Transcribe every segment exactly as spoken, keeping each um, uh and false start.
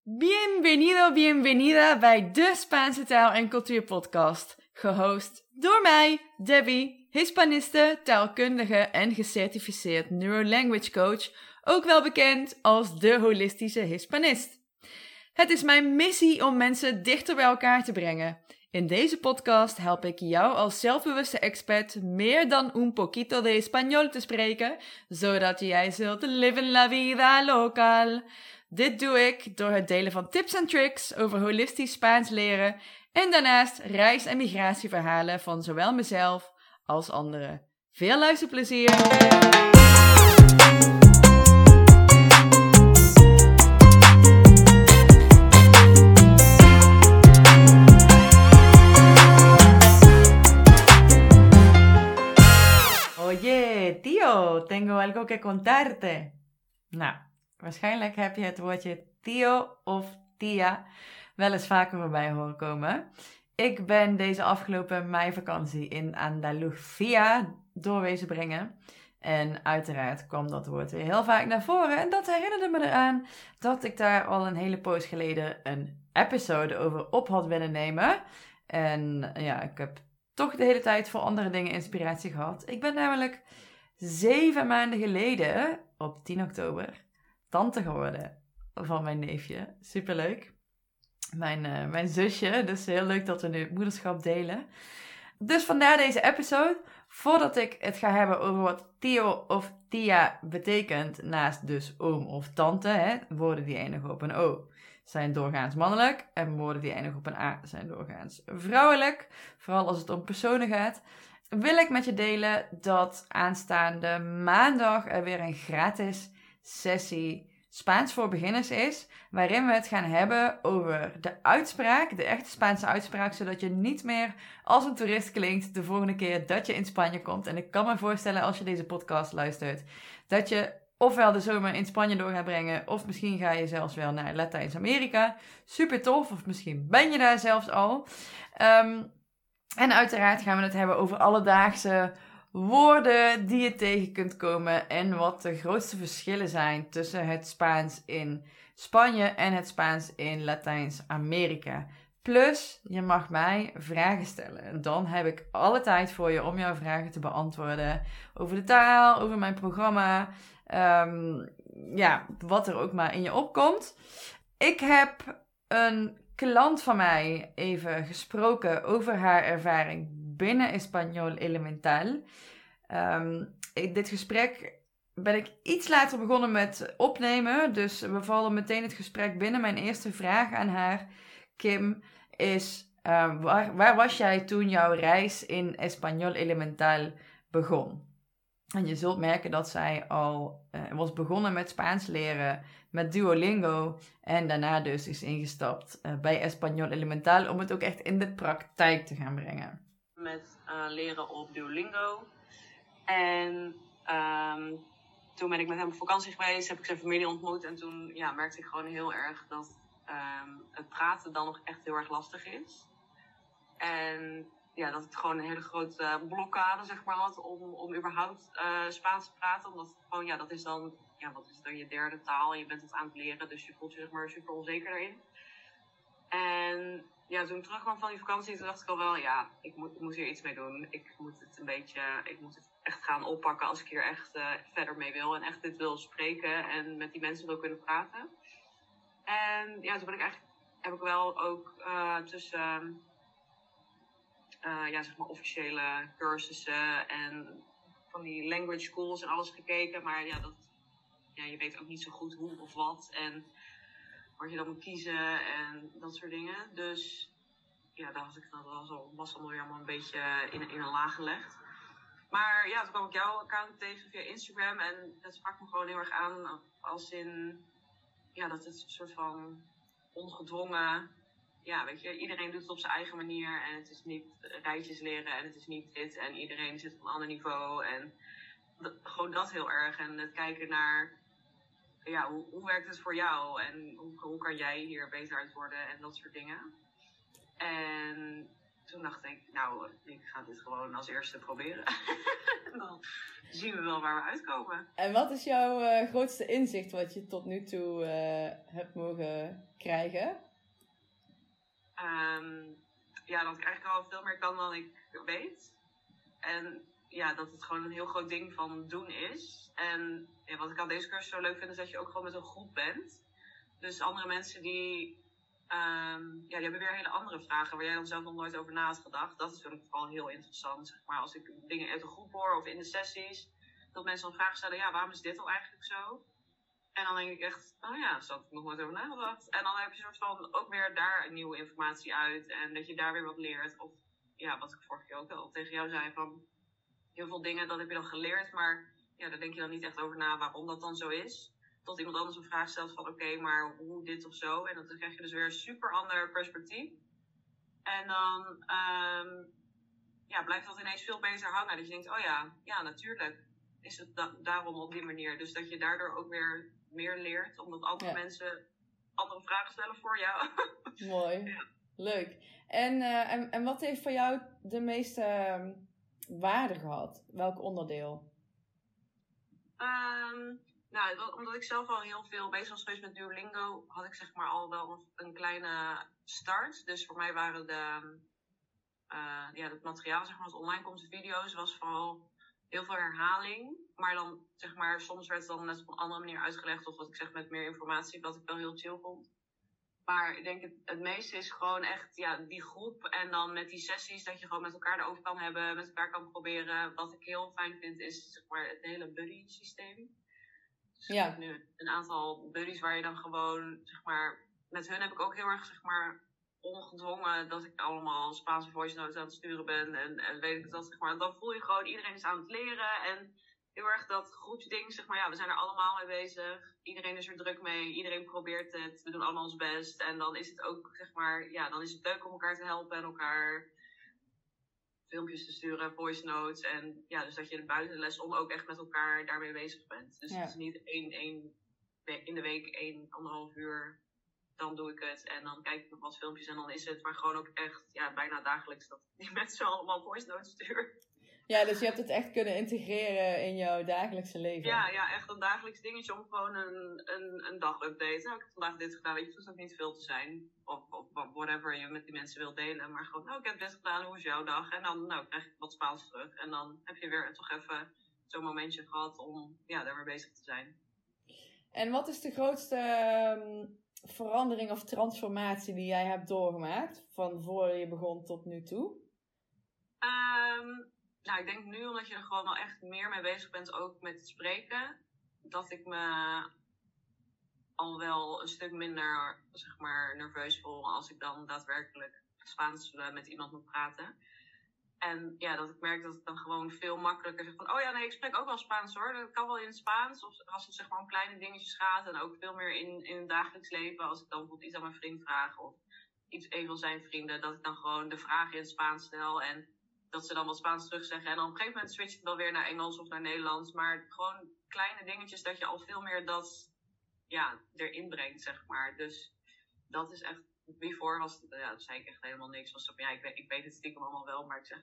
Bienvenido, bienvenida bij de Spaanse taal- en cultuurpodcast. Gehost door mij, Debbie, Hispaniste, taalkundige en gecertificeerd neurolanguage coach, ook wel bekend als de holistische Hispanist. Het is mijn missie om mensen dichter bij elkaar te brengen. In deze podcast help ik jou als zelfbewuste expert meer dan un poquito de español te spreken, zodat jij zult leven la vida local. Dit doe ik door het delen van tips en tricks over holistisch Spaans leren en daarnaast reis- en migratieverhalen van zowel mezelf als anderen. Veel luisterplezier! Oye, tío, tengo algo que contarte. Nou, waarschijnlijk heb je het woordje tío of tía wel eens vaker voorbij horen komen. Ik ben deze afgelopen meivakantie in Andalucía doorwezen brengen. En uiteraard kwam dat woord weer heel vaak naar voren. En dat herinnerde me eraan dat ik daar al een hele poos geleden een episode over op had willen nemen. En ja, ik heb toch de hele tijd voor andere dingen inspiratie gehad. Ik ben namelijk zeven maanden geleden, op tien oktober, tante geworden van mijn neefje. Superleuk. Mijn, uh, mijn zusje, dus heel leuk dat we nu het moederschap delen. Dus vandaar deze episode. Voordat ik het ga hebben over wat tío of tía betekent, naast dus oom of tante, hè, woorden die eindigen op een o zijn doorgaans mannelijk en woorden die eindigen op een a zijn doorgaans vrouwelijk. Vooral als het om personen gaat. Wil ik met je delen dat aanstaande maandag er weer een gratis sessie Spaans voor beginners is, waarin we het gaan hebben over de uitspraak, de echte Spaanse uitspraak, zodat je niet meer als een toerist klinkt de volgende keer dat je in Spanje komt. En ik kan me voorstellen als je deze podcast luistert, dat je ofwel de zomer in Spanje door gaat brengen, of misschien ga je zelfs wel naar Latijns-Amerika. Super tof, of misschien ben je daar zelfs al. Um, en uiteraard gaan we het hebben over alledaagse woorden die je tegen kunt komen en wat de grootste verschillen zijn tussen het Spaans in Spanje en het Spaans in Latijns-Amerika. Plus, je mag mij vragen stellen. En dan heb ik alle tijd voor je om jouw vragen te beantwoorden over de taal, over mijn programma, um, ja, wat er ook maar in je opkomt. Ik heb een klant van mij even gesproken over haar ervaring binnen Español Elemental. Um, ik, dit gesprek ben ik iets later begonnen met opnemen. Dus we vallen meteen het gesprek binnen. Mijn eerste vraag aan haar, Kim, is uh, waar, waar was jij toen jouw reis in Español Elemental begon? En je zult merken dat zij al uh, was begonnen met Spaans leren met Duolingo. En daarna dus is ingestapt uh, bij Español Elemental om het ook echt in de praktijk te gaan brengen. Met uh, leren op Duolingo. En um, toen ben ik met hem op vakantie geweest, heb ik zijn familie ontmoet. En toen ja, merkte ik gewoon heel erg dat um, het praten dan nog echt heel erg lastig is. En ja, dat ik gewoon een hele grote blokkade zeg maar, had om, om überhaupt uh, Spaans te praten. Omdat gewoon, ja, dat is dan, ja, wat is het dan je derde taal en je bent het aan het leren. Dus je voelt je zeg maar super onzeker daarin. En ja, toen ik terugkwam van die vakantie, toen dacht ik al wel, ja, ik moet, ik moet hier iets mee doen. Ik moet het een beetje, ik moet het echt gaan oppakken als ik hier echt uh, verder mee wil. En echt dit wil spreken en met die mensen wil kunnen praten. En ja, toen ben ik eigenlijk, heb ik wel ook uh, tussen, uh, ja, zeg maar officiële cursussen en van die language schools en alles gekeken. Maar ja, dat, ja, je weet ook niet zo goed hoe of wat en wat je dan moet kiezen en dat soort dingen. Dus ja, daar had ik, dat was, al, was allemaal weer allemaal een beetje in, in een laag gelegd. Maar ja, toen kwam ik jouw account tegen via Instagram en dat sprak me gewoon heel erg aan als in, ja, dat het een soort van ongedwongen, ja, weet je, iedereen doet het op zijn eigen manier en het is niet rijtjes leren en het is niet dit en iedereen zit op een ander niveau en dat, gewoon dat heel erg en het kijken naar, ja, hoe, hoe werkt het voor jou en hoe, hoe kan jij hier beter uit worden en dat soort dingen. En toen dacht ik, nou, ik ga dit gewoon als eerste proberen. En dan zien we wel waar we uitkomen. En wat is jouw uh, grootste inzicht wat je tot nu toe uh, hebt mogen krijgen? Um, ja, dat ik eigenlijk al veel meer kan dan ik weet. En ja, dat het gewoon een heel groot ding van doen is. En ja, wat ik aan deze cursus zo leuk vind, is dat je ook gewoon met een groep bent. Dus andere mensen die, um, ja, die hebben weer hele andere vragen waar jij dan zelf nog nooit over na had gedacht. Dat is vind ik vooral heel interessant. Zeg maar als ik dingen uit de groep hoor of in de sessies, dat mensen dan vragen stellen, ja, waarom is dit al eigenlijk zo? En dan denk ik echt, oh ja, daar had ik nog nooit over nagedacht. En dan heb je soort van ook weer daar nieuwe informatie uit. En dat je daar weer wat leert. Of ja, wat ik vorige keer ook al tegen jou zei, van heel veel dingen, dat heb je dan geleerd. Maar ja, daar denk je dan niet echt over na waarom dat dan zo is. Tot iemand anders een vraag stelt van, oké, okay, maar hoe dit of zo. En dan krijg je dus weer een super ander perspectief. En dan um, ja, blijft dat ineens veel beter hangen. Dat je denkt, oh ja, ja, natuurlijk is het da- daarom op die manier. Dus dat je daardoor ook weer meer leert, omdat andere ja. mensen andere vragen stellen voor jou. Mooi, ja. Leuk. En, uh, en, en wat heeft voor jou de meeste uh, waarde gehad? Welk onderdeel? Um, nou, omdat ik zelf al heel veel bezig was geweest met Duolingo, had ik zeg maar al wel een kleine start. Dus voor mij waren de, uh, ja, het materiaal, zeg maar, wat online komt, de video's, was vooral heel veel herhaling. Maar dan, zeg maar, soms werd het dan net op een andere manier uitgelegd. Of wat ik zeg, met meer informatie, wat ik wel heel chill vond. Maar ik denk, het, het meeste is gewoon echt, ja, die groep. En dan met die sessies, dat je gewoon met elkaar erover kan hebben. Met elkaar kan proberen. Wat ik heel fijn vind, is, zeg maar, het hele buddy systeem. Dus ja. Ik heb nu een aantal buddies waar je dan gewoon, zeg maar, met hun heb ik ook heel erg, zeg maar, ongedwongen dat ik allemaal Spaanse voice notes aan het sturen ben. En, en weet ik dat, zeg maar. Dan voel je gewoon, iedereen is aan het leren. En heel erg dat groepsding, zeg maar, ja, we zijn er allemaal mee bezig. Iedereen is er druk mee. Iedereen probeert het. We doen allemaal ons best. En dan is het ook, zeg maar, ja, dan is het leuk om elkaar te helpen en elkaar filmpjes te sturen, voice notes. En ja, dus dat je de buitenles om ook echt met elkaar daarmee bezig bent. Dus ja. Het is niet één, één, in de week één, anderhalf uur. Dan doe ik het en dan kijk ik nog wat filmpjes en dan is het. Maar gewoon ook echt, ja, bijna dagelijks dat die mensen allemaal voice notes sturen. Ja, dus je hebt het echt kunnen integreren in jouw dagelijkse leven. Ja, ja, echt een dagelijks dingetje om gewoon een, een, een dagupdate. Nou, ik heb vandaag dit gedaan, weet je, het hoeft ook niet veel te zijn. Of, of whatever je met die mensen wilt delen. Maar gewoon, nou, ik heb dit gedaan, hoe is jouw dag? En dan, nou, krijg ik wat Spaans terug. En dan heb je weer toch even zo'n momentje gehad om, ja, daar weer bezig te zijn. En wat is de grootste um, verandering of transformatie die jij hebt doorgemaakt? Van voor je begon tot nu toe? Um, Nou, ik denk nu, omdat je er gewoon wel echt meer mee bezig bent, ook met het spreken, dat ik me al wel een stuk minder, zeg maar, nerveus voel als ik dan daadwerkelijk Spaans met iemand moet praten. En ja, dat ik merk dat ik dan gewoon veel makkelijker zeg van, oh ja, nee, ik spreek ook wel Spaans hoor, dat kan wel in het Spaans. Of als het zeg maar om kleine dingetjes gaat en ook veel meer in, in het dagelijks leven, als ik dan bijvoorbeeld iets aan mijn vriend vraag of iets een van zijn vrienden, dat ik dan gewoon de vraag in het Spaans stel en dat ze dan wat Spaans terugzeggen. En dan op een gegeven moment switcht het wel weer naar Engels of naar Nederlands. Maar gewoon kleine dingetjes dat je al veel meer dat, ja, erin brengt, zeg maar. Dus dat is echt, before was, ja, dat zei ik echt helemaal niks. Was zo van, ja, ik weet, ik weet het stiekem allemaal wel, maar ik zeg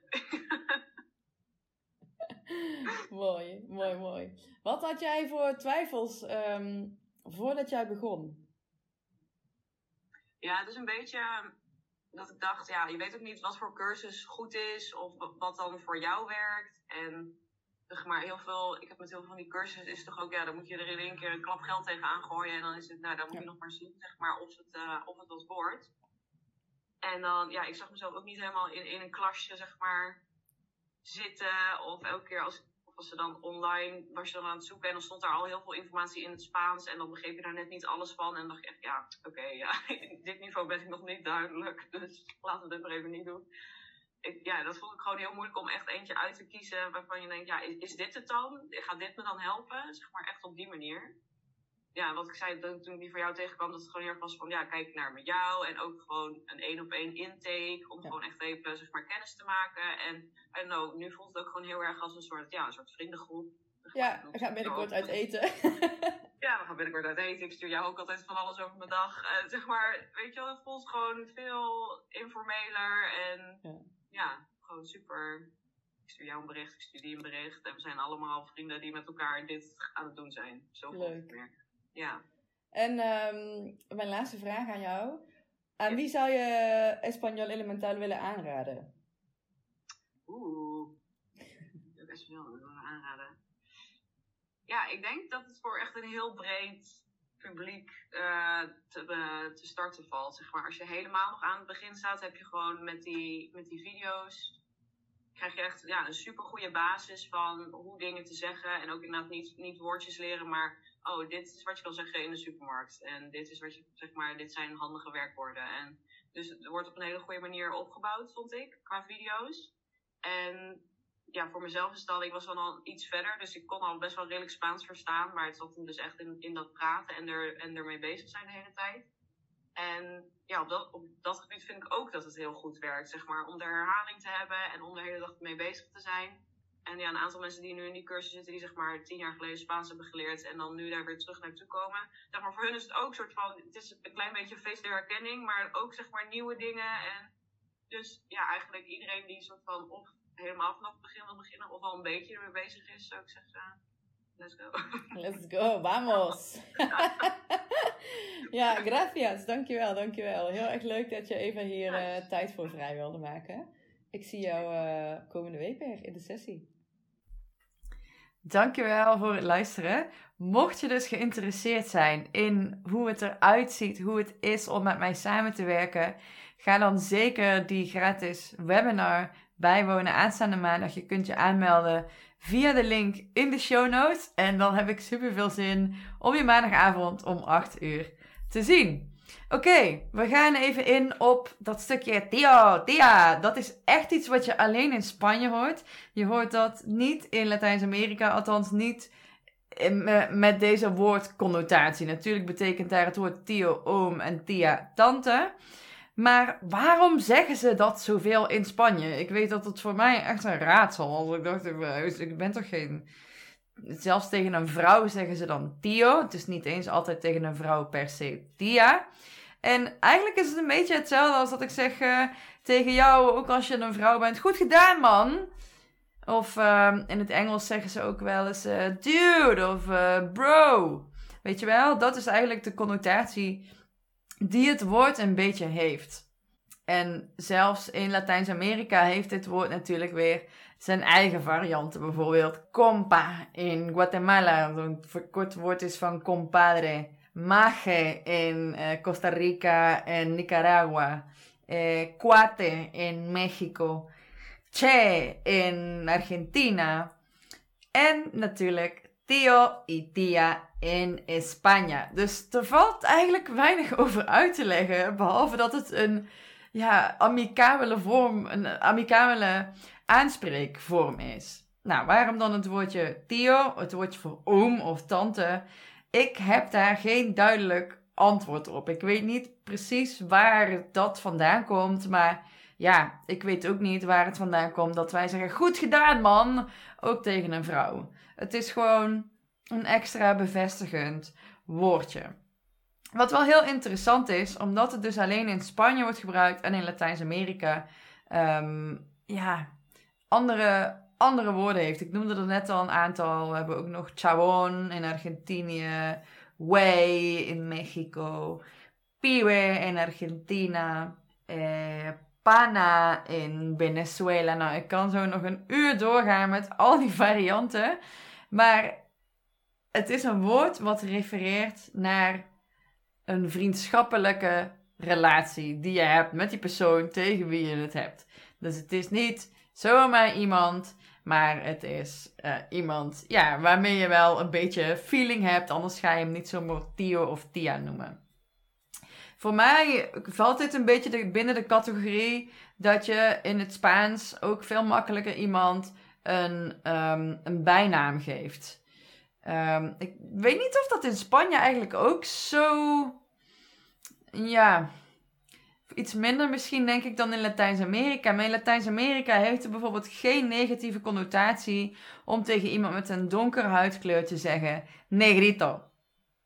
Mooi, mooi, mooi. Wat had jij voor twijfels um, voordat jij begon? Ja, het is een beetje dat ik dacht, ja, je weet ook niet wat voor cursus goed is of wat dan voor jou werkt. En zeg maar, heel veel, ik heb met heel veel van die cursussen is toch ook, ja, dan moet je er in één keer een klap geld tegenaan gooien. En dan is het, nou, dan moet je ja. nog maar zien, zeg maar, of het, uh, of het wat wordt. En dan, ja, ik zag mezelf ook niet helemaal in, in een klasje, zeg maar, zitten. Of elke keer als, of als ze dan online was je dan aan het zoeken en dan stond daar al heel veel informatie in het Spaans. En dan begreep je daar net niet alles van. En dan dacht ik echt, ja, oké, okay, ja, dit niveau ben ik nog niet duidelijk. Dus laten we dit maar even niet doen. Ik, ja, dat vond ik gewoon heel moeilijk om echt eentje uit te kiezen waarvan je denkt, ja, is, is dit het dan? Gaat dit me dan helpen? Zeg maar echt op die manier. Ja, wat ik zei toen ik die voor jou tegenkwam, dat het gewoon heel erg was van, ja, kijk naar met jou. En ook gewoon een één op één intake, om ja. gewoon echt even, zeg maar, kennis te maken. En, I don't know, nu voelt het ook gewoon heel erg als een soort, ja, een soort vriendengroep. Ja, ik ga binnenkort uit eten. Ja, we gaan binnenkort uit eten. Ik stuur jou ook altijd van alles over mijn dag. Uh, zeg maar, weet je wel, het voelt gewoon veel informeler. En ja, ja gewoon super. Ik stuur jou een bericht, ik stuur die een bericht. En we zijn allemaal vrienden die met elkaar dit aan het doen zijn. Zo leuk. Meer. Ja. En um, mijn laatste vraag aan jou. Aan ja. wie zou je Español Elemental willen aanraden? Oeh. Español willen aanraden. Ja, ik denk dat het voor echt een heel breed publiek uh, te, uh, te starten valt. Zeg maar. Als je helemaal nog aan het begin staat, heb je gewoon met die, met die video's... krijg je echt ja, een super goede basis van hoe dingen te zeggen. En ook inderdaad niet, niet woordjes leren, maar... oh, dit is wat je wil zeggen in de supermarkt. En dit is wat je, zeg maar, dit zijn handige werkwoorden. En dus het wordt op een hele goede manier opgebouwd, vond ik, qua video's. En... ja, voor mezelf is het al, ik was dan al iets verder, dus ik kon al best wel redelijk Spaans verstaan, maar het zat hem dus echt in, in dat praten en, er, en ermee bezig zijn de hele tijd. En ja, op dat, op dat gebied vind ik ook dat het heel goed werkt, zeg maar, om de herhaling te hebben en om de hele dag mee bezig te zijn. En ja, een aantal mensen die nu in die cursus zitten, die zeg maar tien jaar geleden Spaans hebben geleerd en dan nu daar weer terug naar toe komen. Zeg maar, voor hun is het ook een soort van, het is een klein beetje feest der herkenning, maar ook zeg maar nieuwe dingen. En dus ja, eigenlijk iedereen die soort van of helemaal vanaf het begin wil beginnen of al een beetje ermee bezig is, zou ik zeggen, let's go. Let's go, vamos! Ja, gracias, dankjewel, dankjewel. Heel erg leuk dat je even hier uh, tijd voor vrij wilde maken. Ik zie jou uh, komende week weer in de sessie. Dankjewel voor het luisteren. Mocht je dus geïnteresseerd zijn in hoe het eruit ziet, hoe het is om met mij samen te werken, ga dan zeker die gratis webinar bijwonen aanstaande maandag. Je kunt je aanmelden via de link in de show notes. En dan heb ik super veel zin om je maandagavond om acht uur te zien. Oké, okay, we gaan even in op dat stukje Tio, Tia. Dat is echt iets wat je alleen in Spanje hoort. Je hoort dat niet in Latijns-Amerika, althans niet met deze woordconnotatie. Natuurlijk betekent daar het woord Tio, oom en Tia, tante. Maar waarom zeggen ze dat zoveel in Spanje? Ik weet dat het voor mij echt een raadsel was. Ik dacht, ik ben toch geen... Zelfs tegen een vrouw zeggen ze dan tio. Het is niet eens altijd tegen een vrouw per se tia. En eigenlijk is het een beetje hetzelfde als dat ik zeg uh, tegen jou, ook als je een vrouw bent. Goed gedaan, man! Of uh, in het Engels zeggen ze ook wel eens uh, dude of uh, bro. Weet je wel? Dat is eigenlijk de connotatie die het woord een beetje heeft. En zelfs in Latijns-Amerika heeft dit woord natuurlijk weer zijn eigen varianten. Bijvoorbeeld compa in Guatemala, een verkort woord is van compadre. Maje in uh, Costa Rica en Nicaragua. Uh, cuate in Mexico. Che in Argentina. En natuurlijk tio y tia in España. Dus er valt eigenlijk weinig over uit te leggen. Behalve dat het een ja, amicabele vorm, een amicabele aanspreekvorm is. Nou, waarom dan het woordje tio, het woordje voor oom of tante? Ik heb daar geen duidelijk antwoord op. Ik weet niet precies waar dat vandaan komt, maar ja, ik weet ook niet waar het vandaan komt dat wij zeggen, goed gedaan man, ook tegen een vrouw. Het is gewoon een extra bevestigend woordje. Wat wel heel interessant is, omdat het dus alleen in Spanje wordt gebruikt en in Latijns-Amerika um, ja, andere, andere woorden heeft. Ik noemde er net al een aantal. We hebben ook nog chabón in Argentinië, güey in Mexico, pibe in Argentina, eh, pana in Venezuela. Nou, ik kan zo nog een uur doorgaan met al die varianten. Maar het is een woord wat refereert naar een vriendschappelijke relatie die je hebt met die persoon tegen wie je het hebt. Dus het is niet zomaar iemand, maar het is uh, iemand ja, waarmee je wel een beetje feeling hebt. Anders ga je hem niet zomaar tio of tia noemen. Voor mij valt dit een beetje de, binnen de categorie dat je in het Spaans ook veel makkelijker iemand een, um, een bijnaam geeft. Um, ik weet niet of dat in Spanje eigenlijk ook zo, ja, iets minder misschien denk ik dan in Latijns-Amerika. Maar in Latijns-Amerika heeft het bijvoorbeeld geen negatieve connotatie om tegen iemand met een donkere huidskleur te zeggen negrito.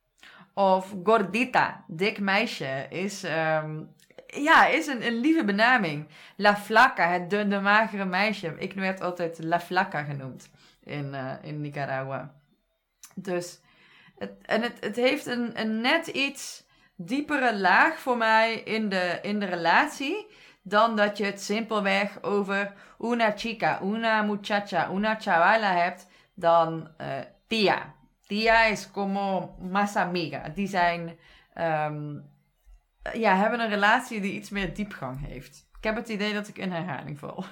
Of gordita, dik meisje, is, um, ja, is een, een lieve benaming. La flaca, het dunne, magere meisje. Ik werd altijd la flaca genoemd in, uh, in Nicaragua. Dus, het, en het, het heeft een, een net iets diepere laag voor mij in de, in de relatie, dan dat je het simpelweg over una chica, una muchacha, una chavala hebt, dan uh, tia. Tia is como más amiga. Die zijn, um, ja, hebben een relatie die iets meer diepgang heeft. Ik heb het idee dat ik in herhaling val.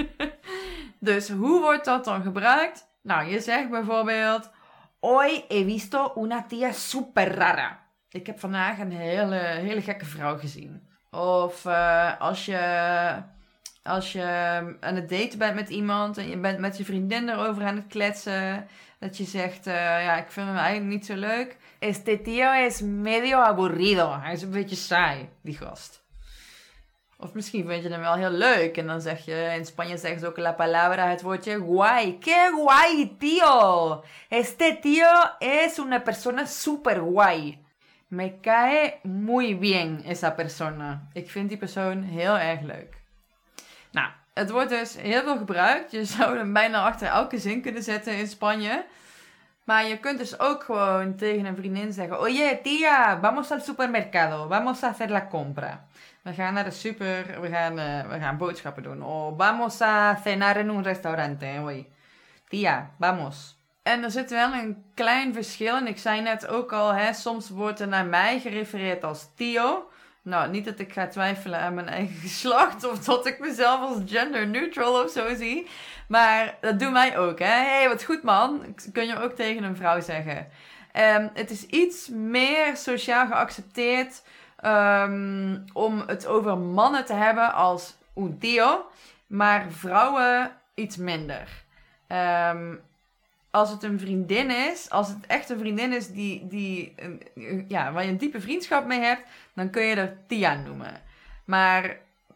Dus hoe wordt dat dan gebruikt? Nou, je zegt bijvoorbeeld, hoy he visto una tia super rara. Ik heb vandaag een hele, hele gekke vrouw gezien. Of uh, als je, als je aan het daten bent met iemand en je bent met je vriendin erover aan het kletsen, dat je zegt, uh, ja, ik vind hem eigenlijk niet zo leuk. Este tío es medio aburrido. Hij is een beetje saai, die gast. Of misschien vind je hem wel heel leuk. En dan zeg je, in Spanje zeggen ze ook la palabra, het woordje guay. ¡Qué guay, tío! Este tío es una persona super guay. Me cae muy bien esa persona. Ik vind die persoon heel erg leuk. Nou, het wordt dus heel veel gebruikt. Je zou hem bijna achter elke zin kunnen zetten in Spanje. Maar je kunt dus ook gewoon tegen een vriendin zeggen, oye tía, vamos al supermercado. Vamos a hacer la compra. We gaan naar de super, we gaan, uh, we gaan boodschappen doen. O vamos a cenar en un restaurante. Oye, tía, vamos. En er zit wel een klein verschil. En ik zei net ook al, hè, soms wordt er naar mij gerefereerd als tío. Nou, niet dat ik ga twijfelen aan mijn eigen geslacht. Of dat ik mezelf als gender neutral of zo zie. Maar dat doet mij ook, hè. Hé, hey, wat goed man. Kun je ook tegen een vrouw zeggen. Um, het is iets meer sociaal geaccepteerd um, om het over mannen te hebben als un tío. Maar vrouwen iets minder. Um, Als het een vriendin is, als het echt een vriendin is die, die, ja, waar je een diepe vriendschap mee hebt, dan kun je er tia noemen. Maar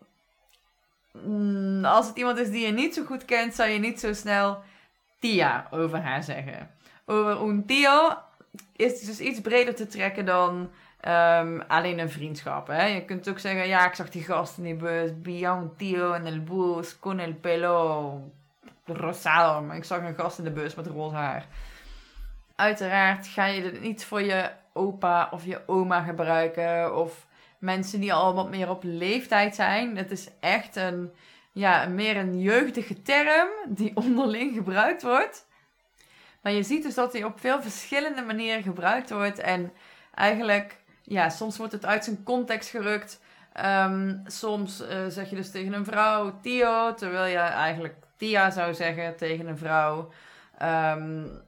als het iemand is die je niet zo goed kent, zou je niet zo snel tia over haar zeggen. Over un tío is het dus iets breder te trekken dan um, alleen een vriendschap. Hè? Je kunt ook zeggen, ja, ik zag die gast in die bus, vi a un tío en el bus con el pelo rosado, maar ik zag een gast in de bus met roze haar. Uiteraard ga je dit niet voor je opa of je oma gebruiken of mensen die al wat meer op leeftijd zijn. Het is echt een, ja, meer een jeugdige term die onderling gebruikt wordt. Maar je ziet dus dat die op veel verschillende manieren gebruikt wordt en eigenlijk, ja, soms wordt het uit zijn context gerukt. Um, soms uh, zeg je dus tegen een vrouw tío, terwijl je eigenlijk tia zou zeggen tegen een vrouw. Um,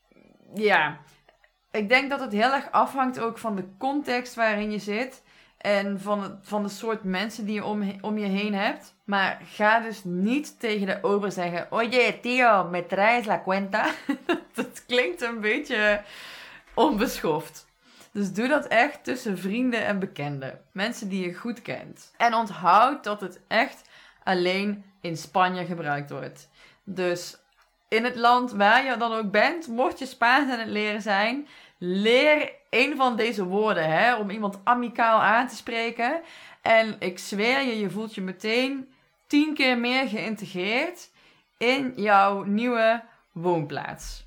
ja, ik denk dat het heel erg afhangt ook van de context waarin je zit. En van, het, van de soort mensen die je om, om je heen hebt. Maar ga dus niet tegen de ober zeggen, oye tío, me traes la cuenta. Dat klinkt een beetje onbeschoft. Dus doe dat echt tussen vrienden en bekenden. Mensen die je goed kent. En onthoud dat het echt alleen in Spanje gebruikt wordt. Dus in het land waar je dan ook bent, mocht je Spaans aan het leren zijn, leer een van deze woorden, hè, om iemand amicaal aan te spreken. En ik zweer je, je voelt je meteen tien keer meer geïntegreerd in jouw nieuwe woonplaats.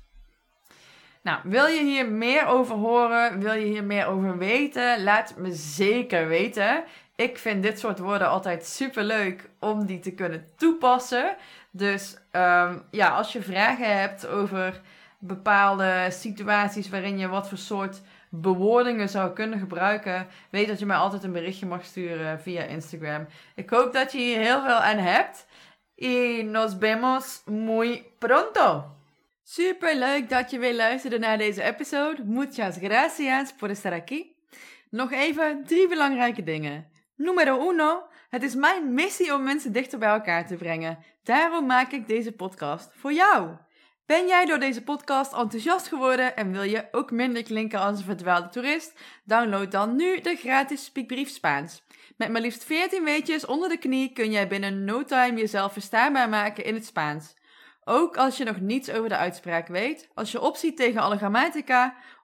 Nou, wil je hier meer over horen? Wil je hier meer over weten? Laat het me zeker weten. Ik vind dit soort woorden altijd super leuk om die te kunnen toepassen. Dus um, ja, als je vragen hebt over bepaalde situaties waarin je wat voor soort bewoordingen zou kunnen gebruiken, weet dat je mij altijd een berichtje mag sturen via Instagram. Ik hoop dat je hier heel veel aan hebt. Y nos vemos muy pronto! Super leuk dat je weer luisterde naar deze episode. Muchas gracias por estar aquí. Nog even drie belangrijke dingen. Numero uno, het is mijn missie om mensen dichter bij elkaar te brengen. Daarom maak ik deze podcast voor jou. Ben jij door deze podcast enthousiast geworden en wil je ook minder klinken als een verdwaalde toerist? Download dan nu de gratis Speakbrief Spaans. Met maar liefst veertien weetjes onder de knie kun jij binnen no time jezelf verstaanbaar maken in het Spaans. Ook als je nog niets over de uitspraak weet, als je opziet tegen alle grammatica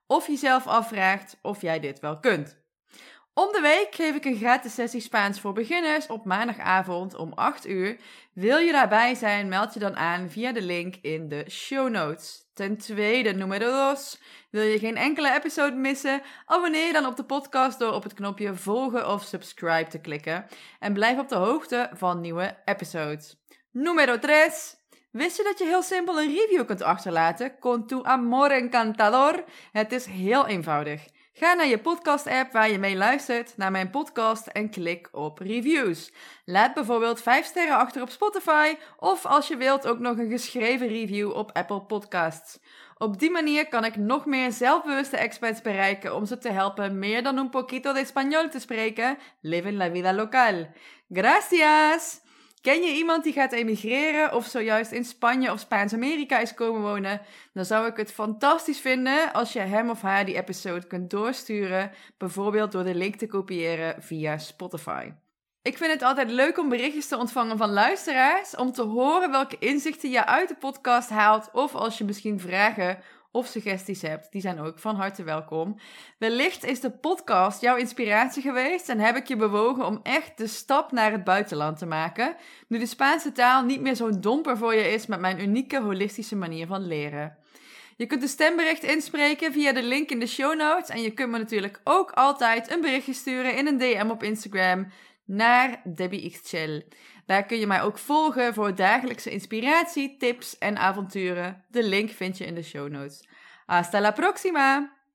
of jezelf afvraagt of jij dit wel kunt. Om de week geef ik een gratis sessie Spaans voor beginners op maandagavond om acht uur. Wil je daarbij zijn, meld je dan aan via de link in de show notes. Ten tweede, numero dos. Wil je geen enkele episode missen? Abonneer je dan op de podcast door op het knopje volgen of subscribe te klikken. En blijf op de hoogte van nieuwe episodes. Numero tres. Wist je dat je heel simpel een review kunt achterlaten? Con tu amor encantador. Het is heel eenvoudig. Ga naar je podcast-app waar je mee luistert, naar mijn podcast en klik op reviews. Laat bijvoorbeeld vijf sterren achter op Spotify of als je wilt ook nog een geschreven review op Apple Podcasts. Op die manier kan ik nog meer zelfbewuste experts bereiken om ze te helpen meer dan un poquito de español te spreken. Living la vida local. Gracias! Ken je iemand die gaat emigreren of zojuist in Spanje of Spaans-Amerika is komen wonen? Dan zou ik het fantastisch vinden als je hem of haar die episode kunt doorsturen, bijvoorbeeld door de link te kopiëren via Spotify. Ik vind het altijd leuk om berichtjes te ontvangen van luisteraars, om te horen welke inzichten je uit de podcast haalt of als je misschien vragen of suggesties hebt, die zijn ook van harte welkom. Wellicht is de podcast jouw inspiratie geweest en heb ik je bewogen om echt de stap naar het buitenland te maken, nu de Spaanse taal niet meer zo'n domper voor je is met mijn unieke holistische manier van leren. Je kunt een stembericht inspreken via de link in de show notes en je kunt me natuurlijk ook altijd een berichtje sturen in een D M op Instagram naar Debbie X Chell. Daar kun je mij ook volgen voor dagelijkse inspiratie, tips en avonturen. De link vind je in de show notes. Hasta la próxima!